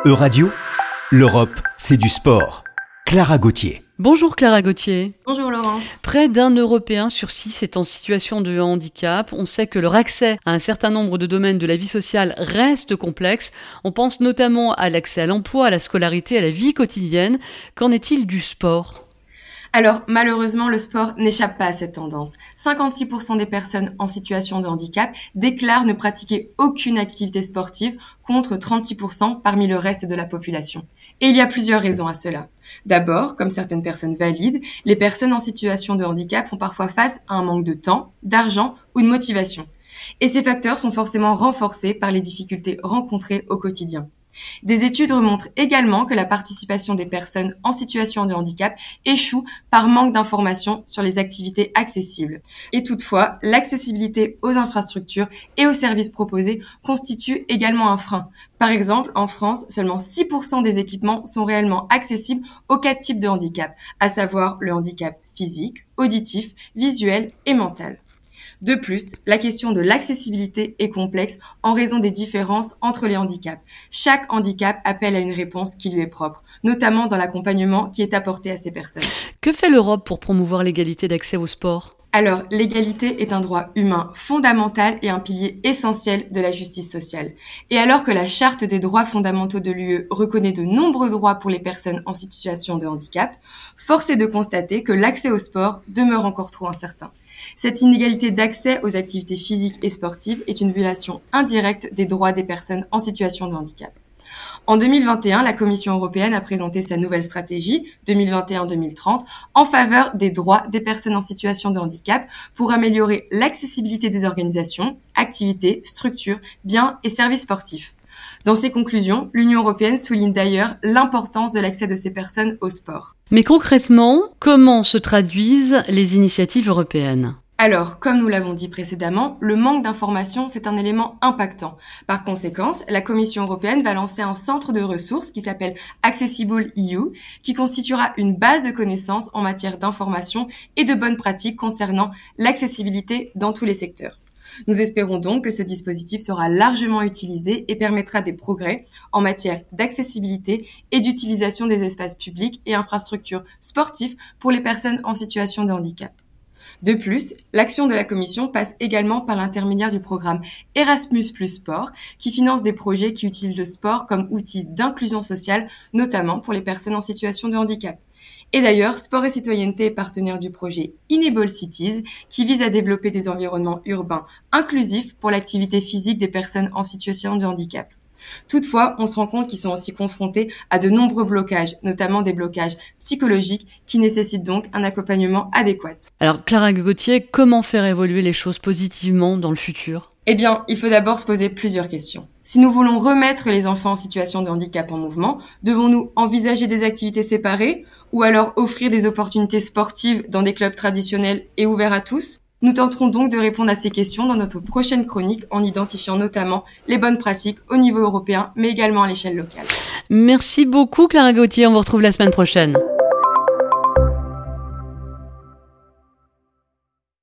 Euradio, l'Europe, c'est du sport. Clara Gauthier. Bonjour Clara Gauthier. Bonjour Laurence. Près d'un Européen sur 6 est en situation de handicap. On sait que leur accès à un certain nombre de domaines de la vie sociale reste complexe. On pense notamment à l'accès à l'emploi, à la scolarité, à la vie quotidienne. Qu'en est-il du sport ? Alors, malheureusement, le sport n'échappe pas à cette tendance. 56% des personnes en situation de handicap déclarent ne pratiquer aucune activité sportive, contre 36% parmi le reste de la population. Et il y a plusieurs raisons à cela. D'abord, comme certaines personnes valides, les personnes en situation de handicap font parfois face à un manque de temps, d'argent ou de motivation. Et ces facteurs sont forcément renforcés par les difficultés rencontrées au quotidien. Des études remontrent également que la participation des personnes en situation de handicap échoue par manque d'informations sur les activités accessibles. Et toutefois, l'accessibilité aux infrastructures et aux services proposés constitue également un frein. Par exemple, en France, seulement 6% des équipements sont réellement accessibles aux 4 types de handicap, à savoir le handicap physique, auditif, visuel et mental. De plus, la question de l'accessibilité est complexe en raison des différences entre les handicaps. Chaque handicap appelle à une réponse qui lui est propre, notamment dans l'accompagnement qui est apporté à ces personnes. Que fait l'Europe pour promouvoir l'égalité d'accès au sport ? Alors, l'égalité est un droit humain fondamental et un pilier essentiel de la justice sociale. Et alors que la Charte des droits fondamentaux de l'UE reconnaît de nombreux droits pour les personnes en situation de handicap, force est de constater que l'accès au sport demeure encore trop incertain. Cette inégalité d'accès aux activités physiques et sportives est une violation indirecte des droits des personnes en situation de handicap. En 2021, la Commission européenne a présenté sa nouvelle stratégie 2021-2030 en faveur des droits des personnes en situation de handicap pour améliorer l'accessibilité des organisations, activités, structures, biens et services sportifs. Dans ses conclusions, l'Union européenne souligne d'ailleurs l'importance de l'accès de ces personnes au sport. Mais concrètement, comment se traduisent les initiatives européennes ? Alors, comme nous l'avons dit précédemment, le manque d'information, c'est un élément impactant. Par conséquent, la Commission européenne va lancer un centre de ressources qui s'appelle Accessible EU, qui constituera une base de connaissances en matière d'information et de bonnes pratiques concernant l'accessibilité dans tous les secteurs. Nous espérons donc que ce dispositif sera largement utilisé et permettra des progrès en matière d'accessibilité et d'utilisation des espaces publics et infrastructures sportives pour les personnes en situation de handicap. De plus, l'action de la Commission passe également par l'intermédiaire du programme Erasmus + Sport, qui finance des projets qui utilisent le sport comme outil d'inclusion sociale, notamment pour les personnes en situation de handicap. Et d'ailleurs, Sport et Citoyenneté est partenaire du projet Enable Cities, qui vise à développer des environnements urbains inclusifs pour l'activité physique des personnes en situation de handicap. Toutefois, on se rend compte qu'ils sont aussi confrontés à de nombreux blocages, notamment des blocages psychologiques qui nécessitent donc un accompagnement adéquat. Alors Clara Gauthier, comment faire évoluer les choses positivement dans le futur ? Eh bien, il faut d'abord se poser plusieurs questions. Si nous voulons remettre les enfants en situation de handicap en mouvement, devons-nous envisager des activités séparées ou alors offrir des opportunités sportives dans des clubs traditionnels et ouverts à tous ? Nous tenterons donc de répondre à ces questions dans notre prochaine chronique en identifiant notamment les bonnes pratiques au niveau européen mais également à l'échelle locale. Merci beaucoup Clara Gauthier, on vous retrouve la semaine prochaine.